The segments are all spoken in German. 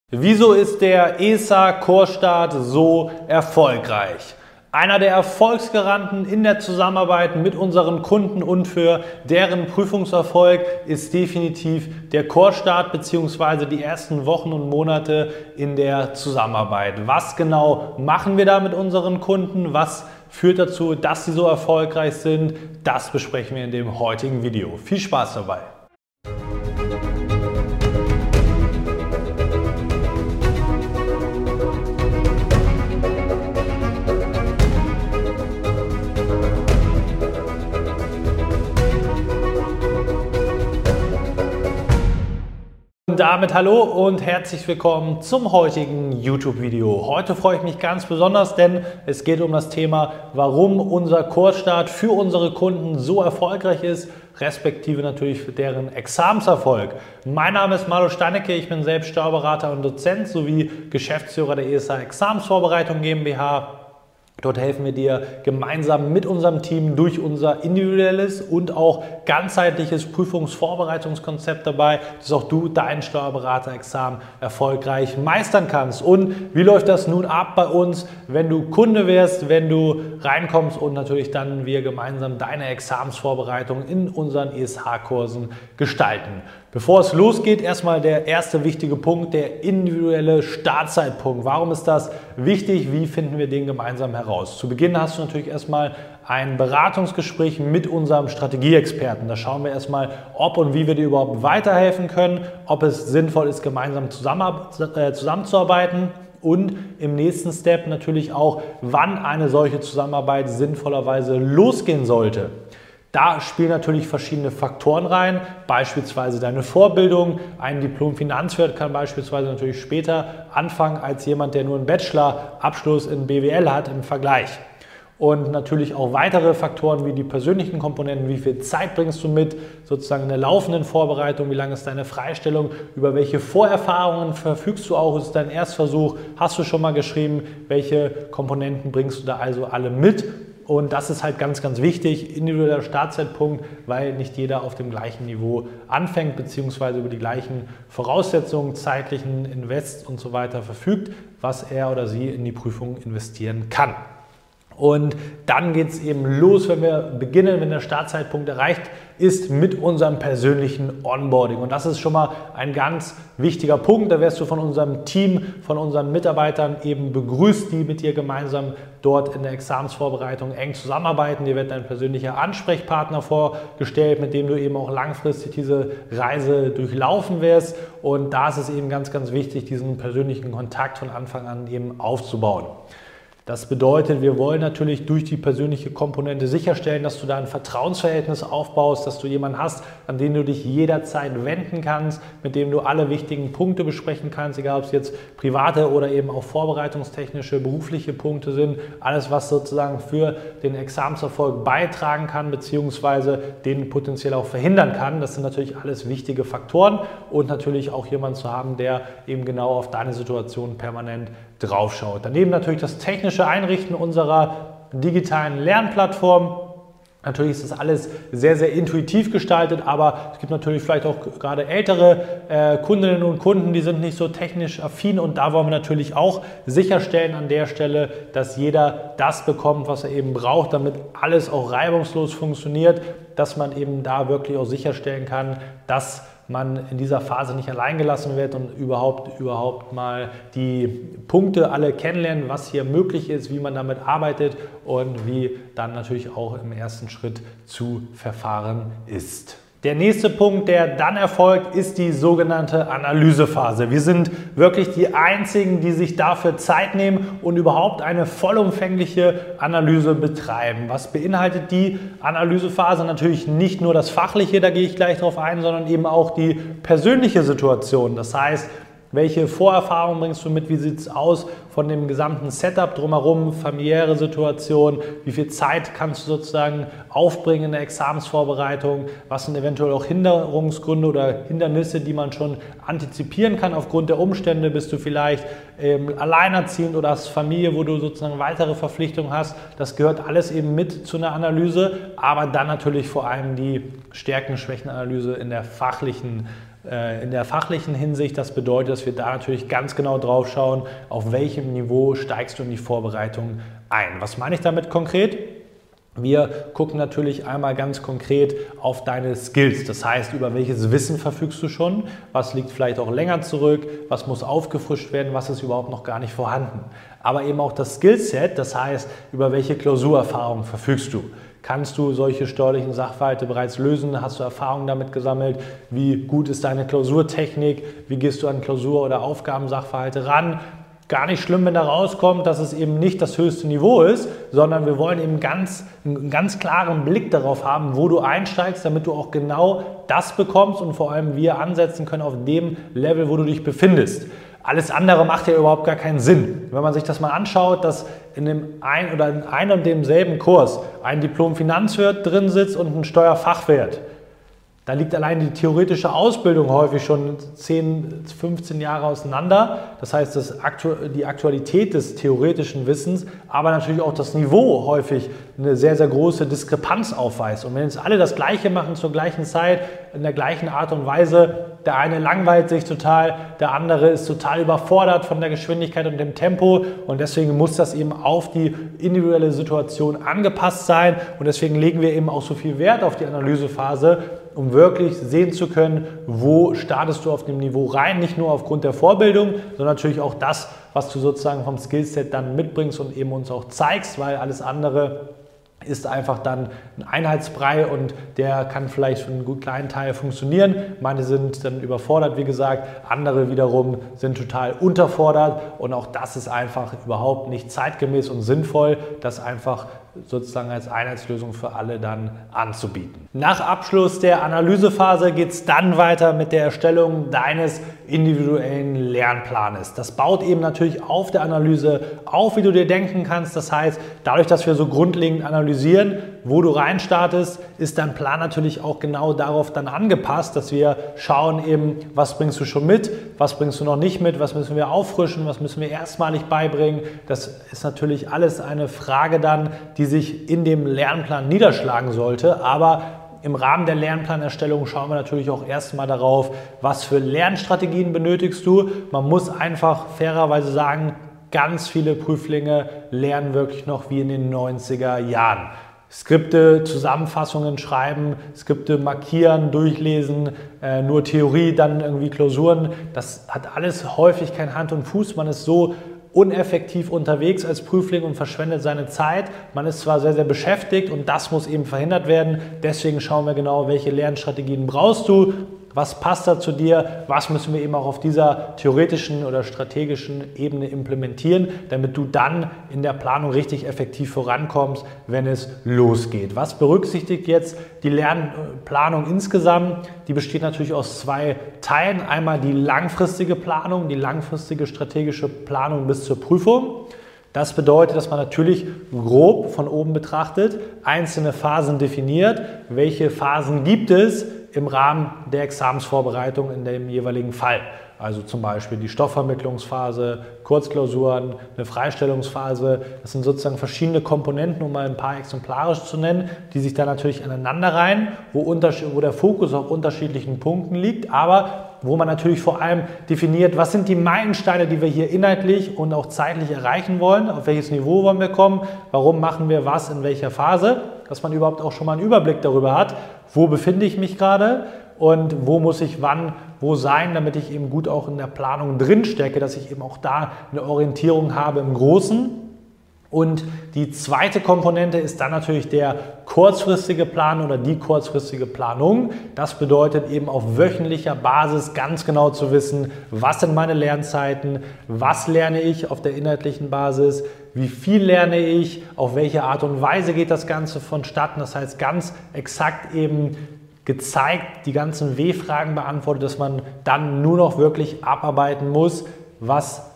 Wieso ist der ESA-Core-Start so erfolgreich? Einer der Erfolgsgaranten in der Zusammenarbeit mit unseren Kunden und für deren Prüfungserfolg ist definitiv der Core-Start bzw. die ersten Wochen und Monate in der Zusammenarbeit. Was genau machen wir da mit unseren Kunden? Was führt dazu, dass sie so erfolgreich sind? Das besprechen wir in dem heutigen Video. Viel Spaß dabei! Und damit hallo und herzlich willkommen zum heutigen YouTube-Video. Heute freue ich mich ganz besonders, denn es geht um das Thema, warum unser Core-Start für unsere Kunden so erfolgreich ist, respektive natürlich für deren Examenserfolg. Mein Name ist Marlo Steinecke, ich bin selbst Steuerberater und Dozent sowie Geschäftsführer der ESA Examensvorbereitung GmbH. Dort helfen wir dir gemeinsam mit unserem Team durch unser individuelles und auch ganzheitliches Prüfungsvorbereitungskonzept dabei, dass auch du dein Steuerberaterexamen erfolgreich meistern kannst. Und wie läuft das nun ab bei uns, wenn du Kunde wirst, wenn du reinkommst und natürlich dann wir gemeinsam deine Examensvorbereitung in unseren ESH-Kursen gestalten. Bevor es losgeht, erstmal der erste wichtige Punkt, der individuelle Startzeitpunkt. Warum ist das wichtig? Wie finden wir den gemeinsam heraus? Zu Beginn hast du natürlich erstmal ein Beratungsgespräch mit unserem Strategieexperten. Da schauen wir erstmal, ob und wie wir dir überhaupt weiterhelfen können, ob es sinnvoll ist, gemeinsam zusammenzuarbeiten. Und im nächsten Step natürlich auch, wann eine solche Zusammenarbeit sinnvollerweise losgehen sollte. Da spielen natürlich verschiedene Faktoren rein, beispielsweise deine Vorbildung. Ein Diplom-Finanzwirt kann beispielsweise natürlich später anfangen als jemand, der nur einen Bachelor-Abschluss in BWL hat im Vergleich. Und natürlich auch weitere Faktoren wie die persönlichen Komponenten, wie viel Zeit bringst du mit, sozusagen in der laufenden Vorbereitung, wie lange ist deine Freistellung, über welche Vorerfahrungen verfügst du auch, ist es dein Erstversuch, hast du schon mal geschrieben, welche Komponenten bringst du da also alle mit. Und das ist halt ganz, ganz wichtig, individueller Startzeitpunkt, weil nicht jeder auf dem gleichen Niveau anfängt bzw. über die gleichen Voraussetzungen, zeitlichen Invests und so weiter verfügt, was er oder sie in die Prüfung investieren kann. Und dann geht es eben los, wenn wir beginnen, wenn der Startzeitpunkt erreicht ist, mit unserem persönlichen Onboarding. Und das ist schon mal ein ganz wichtiger Punkt. Da wirst du von unserem Team, von unseren Mitarbeitern eben begrüßt, die mit dir gemeinsam dort in der Examensvorbereitung eng zusammenarbeiten. Dir wird dein persönlicher Ansprechpartner vorgestellt, mit dem du eben auch langfristig diese Reise durchlaufen wirst. Und da ist es eben ganz, ganz wichtig, diesen persönlichen Kontakt von Anfang an eben aufzubauen. Das bedeutet, wir wollen natürlich durch die persönliche Komponente sicherstellen, dass du da ein Vertrauensverhältnis aufbaust, dass du jemanden hast, an den du dich jederzeit wenden kannst, mit dem du alle wichtigen Punkte besprechen kannst, egal ob es jetzt private oder eben auch vorbereitungstechnische, berufliche Punkte sind. Alles, was sozusagen für den Examenserfolg beitragen kann, beziehungsweise den potenziell auch verhindern kann. Das sind natürlich alles wichtige Faktoren und natürlich auch jemanden zu haben, der eben genau auf deine Situation permanent draufschaut. Daneben natürlich das technische Einrichten unserer digitalen Lernplattform. Natürlich ist das alles sehr, sehr intuitiv gestaltet, aber es gibt natürlich vielleicht auch gerade ältere Kundinnen und Kunden, die sind nicht so technisch affin und da wollen wir natürlich auch sicherstellen an der Stelle, dass jeder das bekommt, was er eben braucht, damit alles auch reibungslos funktioniert, dass man eben da wirklich auch sicherstellen kann, dass man in dieser Phase nicht allein gelassen wird und überhaupt mal die Punkte alle kennenlernen, was hier möglich ist, wie man damit arbeitet und wie dann natürlich auch im ersten Schritt zu verfahren ist. Der nächste Punkt, der dann erfolgt, ist die sogenannte Analysephase. Wir sind wirklich die Einzigen, die sich dafür Zeit nehmen und überhaupt eine vollumfängliche Analyse betreiben. Was beinhaltet die Analysephase? Natürlich nicht nur das Fachliche, da gehe ich gleich drauf ein, sondern eben auch die persönliche Situation. Das heißt, welche Vorerfahrungen bringst du mit? Wie sieht es aus von dem gesamten Setup drumherum, familiäre Situation? Wie viel Zeit kannst du sozusagen aufbringen in der Examensvorbereitung? Was sind eventuell auch Hinderungsgründe oder Hindernisse, die man schon antizipieren kann aufgrund der Umstände? Bist du vielleicht alleinerziehend oder hast Familie, wo du sozusagen weitere Verpflichtungen hast? Das gehört alles eben mit zu einer Analyse, aber dann natürlich vor allem die Stärken-Schwächen-Analyse in der fachlichen in der fachlichen Hinsicht. Das bedeutet, dass wir da natürlich ganz genau drauf schauen, auf welchem Niveau steigst du in die Vorbereitung ein. Was meine ich damit konkret? Wir gucken natürlich einmal ganz konkret auf deine Skills, das heißt, über welches Wissen verfügst du schon, was liegt vielleicht auch länger zurück, was muss aufgefrischt werden, was ist überhaupt noch gar nicht vorhanden. Aber eben auch das Skillset, das heißt, über welche Klausurerfahrung verfügst du. Kannst du solche steuerlichen Sachverhalte bereits lösen? Hast du Erfahrungen damit gesammelt? Wie gut ist deine Klausurtechnik? Wie gehst du an Klausur- oder Aufgabensachverhalte ran? Gar nicht schlimm, wenn da rauskommt, dass es eben nicht das höchste Niveau ist, sondern wir wollen eben einen ganz klaren Blick darauf haben, wo du einsteigst, damit du auch genau das bekommst und vor allem wir ansetzen können auf dem Level, wo du dich befindest. Alles andere macht ja überhaupt gar keinen Sinn. Wenn man sich das mal anschaut, dass in einem und demselben Kurs ein Diplom-Finanzwirt drin sitzt und ein Steuerfachwirt, da liegt allein die theoretische Ausbildung häufig schon 10, 15 Jahre auseinander. Das heißt, die Aktualität des theoretischen Wissens, aber natürlich auch das Niveau häufig eine sehr, sehr große Diskrepanz aufweist. Und wenn jetzt alle das Gleiche machen zur gleichen Zeit, in der gleichen Art und Weise, der eine langweilt sich total, der andere ist total überfordert von der Geschwindigkeit und dem Tempo und deswegen muss das eben auf die individuelle Situation angepasst sein und deswegen legen wir eben auch so viel Wert auf die Analysephase, um wirklich sehen zu können, wo startest du auf dem Niveau rein, nicht nur aufgrund der Vorbildung, sondern natürlich auch das, was du sozusagen vom Skillset dann mitbringst und eben uns auch zeigst, weil alles andere ist einfach dann ein Einheitsbrei und der kann vielleicht für einen gut kleinen Teil funktionieren. Manche sind dann überfordert, wie gesagt, andere wiederum sind total unterfordert und auch das ist einfach überhaupt nicht zeitgemäß und sinnvoll, das einfach sozusagen als Einheitslösung für alle dann anzubieten. Nach Abschluss der Analysephase geht es dann weiter mit der Erstellung deines individuellen Lernplanes. Das baut eben natürlich auf der Analyse auf, wie du dir denken kannst. Das heißt, dadurch, dass wir so grundlegend analysieren, wo du reinstartest, ist dein Plan natürlich auch genau darauf dann angepasst, dass wir schauen eben, was bringst du schon mit, was bringst du noch nicht mit, was müssen wir auffrischen, was müssen wir erstmalig beibringen. Das ist natürlich alles eine Frage dann, die sich in dem Lernplan niederschlagen sollte, aber im Rahmen der Lernplanerstellung schauen wir natürlich auch erstmal darauf, was für Lernstrategien benötigst du. Man muss einfach fairerweise sagen, ganz viele Prüflinge lernen wirklich noch wie in den 90er Jahren. Skripte, Zusammenfassungen schreiben, Skripte markieren, durchlesen, nur Theorie, dann irgendwie Klausuren. Das hat alles häufig kein Hand und Fuß. Man ist so uneffektiv unterwegs als Prüfling und verschwendet seine Zeit. Man ist zwar sehr, sehr beschäftigt und das muss eben verhindert werden. Deswegen schauen wir genau, welche Lernstrategien brauchst du. Was passt da zu dir? Was müssen wir eben auch auf dieser theoretischen oder strategischen Ebene implementieren, damit du dann in der Planung richtig effektiv vorankommst, wenn es losgeht? Was berücksichtigt jetzt die Lernplanung insgesamt? Die besteht natürlich aus zwei Teilen. Einmal die langfristige Planung, die langfristige strategische Planung bis zur Prüfung. Das bedeutet, dass man natürlich grob von oben betrachtet einzelne Phasen definiert. Welche Phasen gibt es im Rahmen der Examensvorbereitung in dem jeweiligen Fall? Also zum Beispiel die Stoffvermittlungsphase, Kurzklausuren, eine Freistellungsphase. Das sind sozusagen verschiedene Komponenten, um mal ein paar exemplarisch zu nennen, die sich da natürlich aneinander reihen, wo der Fokus auf unterschiedlichen Punkten liegt, aber wo man natürlich vor allem definiert, was sind die Meilensteine, die wir hier inhaltlich und auch zeitlich erreichen wollen, auf welches Niveau wollen wir kommen, warum machen wir was in welcher Phase, dass man überhaupt auch schon mal einen Überblick darüber hat, wo befinde ich mich gerade und wo muss ich wann wo sein, damit ich eben gut auch in der Planung drin stecke, dass ich eben auch da eine Orientierung habe im Großen. Und die zweite Komponente ist dann natürlich der kurzfristige Plan oder die kurzfristige Planung. Das bedeutet eben auf wöchentlicher Basis ganz genau zu wissen, was sind meine Lernzeiten, was lerne ich auf der inhaltlichen Basis, wie viel lerne ich, auf welche Art und Weise geht das Ganze vonstatten. Das heißt ganz exakt eben gezeigt, die ganzen W-Fragen beantwortet, dass man dann nur noch wirklich abarbeiten muss, was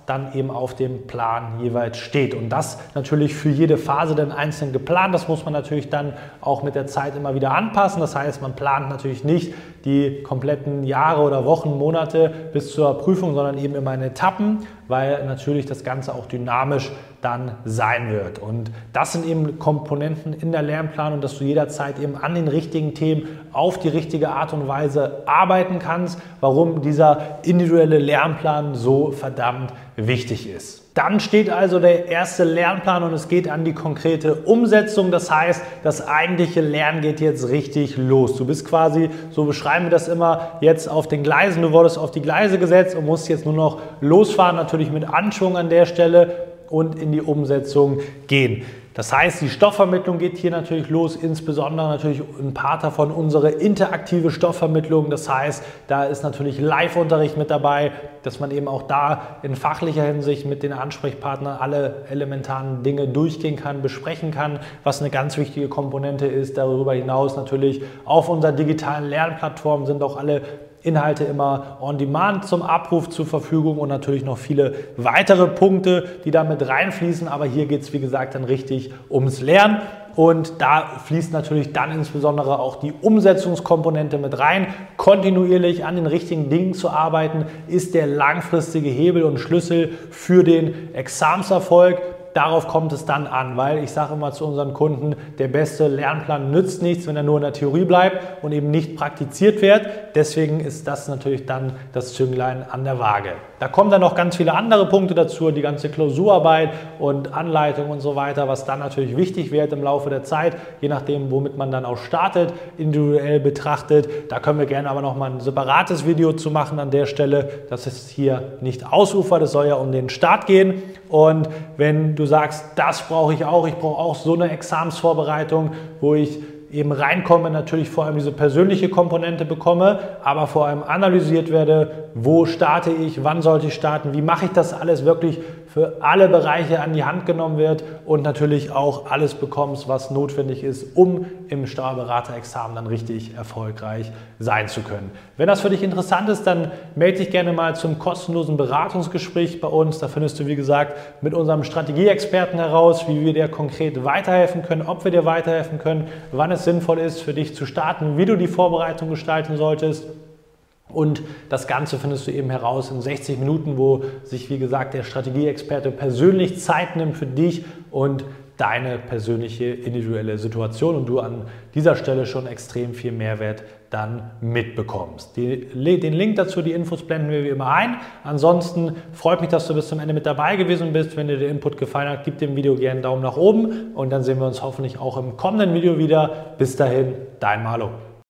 dann eben auf dem Plan jeweils steht. Und das natürlich für jede Phase dann einzeln geplant. Das muss man natürlich dann auch mit der Zeit immer wieder anpassen. Das heißt, man plant natürlich nicht die kompletten Jahre oder Wochen, Monate bis zur Prüfung, sondern eben immer in Etappen, weil natürlich das Ganze auch dynamisch dann sein wird. Und das sind eben Komponenten in der Lernplanung, dass du jederzeit eben an den richtigen Themen auf die richtige Art und Weise arbeiten kannst, warum dieser individuelle Lernplan so verdammt wichtig ist. Dann steht also der erste Lernplan und es geht an die konkrete Umsetzung. Das heißt, das eigentliche Lernen geht jetzt richtig los. Du bist quasi, so beschreiben wir das immer, jetzt auf den Gleisen. Du wurdest auf die Gleise gesetzt und musst jetzt nur noch losfahren, natürlich mit Anschwung an der Stelle und in die Umsetzung gehen. Das heißt, die Stoffvermittlung geht hier natürlich los, insbesondere natürlich ein Part davon unsere interaktive Stoffvermittlung. Das heißt, da ist natürlich Live-Unterricht mit dabei, dass man eben auch da in fachlicher Hinsicht mit den Ansprechpartnern alle elementaren Dinge durchgehen kann, besprechen kann, was eine ganz wichtige Komponente ist. Darüber hinaus natürlich auf unserer digitalen Lernplattform sind auch alle Inhalte immer on demand zum Abruf zur Verfügung und natürlich noch viele weitere Punkte, die da mit reinfließen. Aber hier geht es, wie gesagt, dann richtig ums Lernen. Und da fließt natürlich dann insbesondere auch die Umsetzungskomponente mit rein. Kontinuierlich an den richtigen Dingen zu arbeiten, ist der langfristige Hebel und Schlüssel für den Examenserfolg. Darauf kommt es dann an, weil ich sage immer zu unseren Kunden, der beste Lernplan nützt nichts, wenn er nur in der Theorie bleibt und eben nicht praktiziert wird. Deswegen ist das natürlich dann das Zünglein an der Waage. Da kommen dann noch ganz viele andere Punkte dazu, die ganze Klausurarbeit und Anleitung und so weiter, was dann natürlich wichtig wird im Laufe der Zeit, je nachdem, womit man dann auch startet, individuell betrachtet. Da können wir gerne aber noch mal ein separates Video zu machen an der Stelle, dass es hier nicht ausufert. Es soll ja um den Start gehen. Und wenn du sagst, das brauche ich brauche auch so eine Examensvorbereitung, wo ich eben reinkomme, natürlich vor allem diese persönliche Komponente bekomme, aber vor allem analysiert werde, wo starte ich, wann sollte ich starten, wie mache ich das alles wirklich für alle Bereiche an die Hand genommen wird und natürlich auch alles bekommst, was notwendig ist, um im Steuerberaterexamen dann richtig erfolgreich sein zu können. Wenn das für dich interessant ist, dann melde dich gerne mal zum kostenlosen Beratungsgespräch bei uns. Da findest du, wie gesagt, mit unserem Strategieexperten heraus, wie wir dir konkret weiterhelfen können, ob wir dir weiterhelfen können, wann es sinnvoll ist, für dich zu starten, wie du die Vorbereitung gestalten solltest. Und das Ganze findest du eben heraus in 60 Minuten, wo sich, wie gesagt, der Strategieexperte persönlich Zeit nimmt für dich und deine persönliche individuelle Situation und du an dieser Stelle schon extrem viel Mehrwert dann mitbekommst. Den Link dazu, die Infos blenden wir wie immer ein. Ansonsten freut mich, dass du bis zum Ende mit dabei gewesen bist. Wenn dir der Input gefallen hat, gib dem Video gerne einen Daumen nach oben und dann sehen wir uns hoffentlich auch im kommenden Video wieder. Bis dahin, dein Marlo.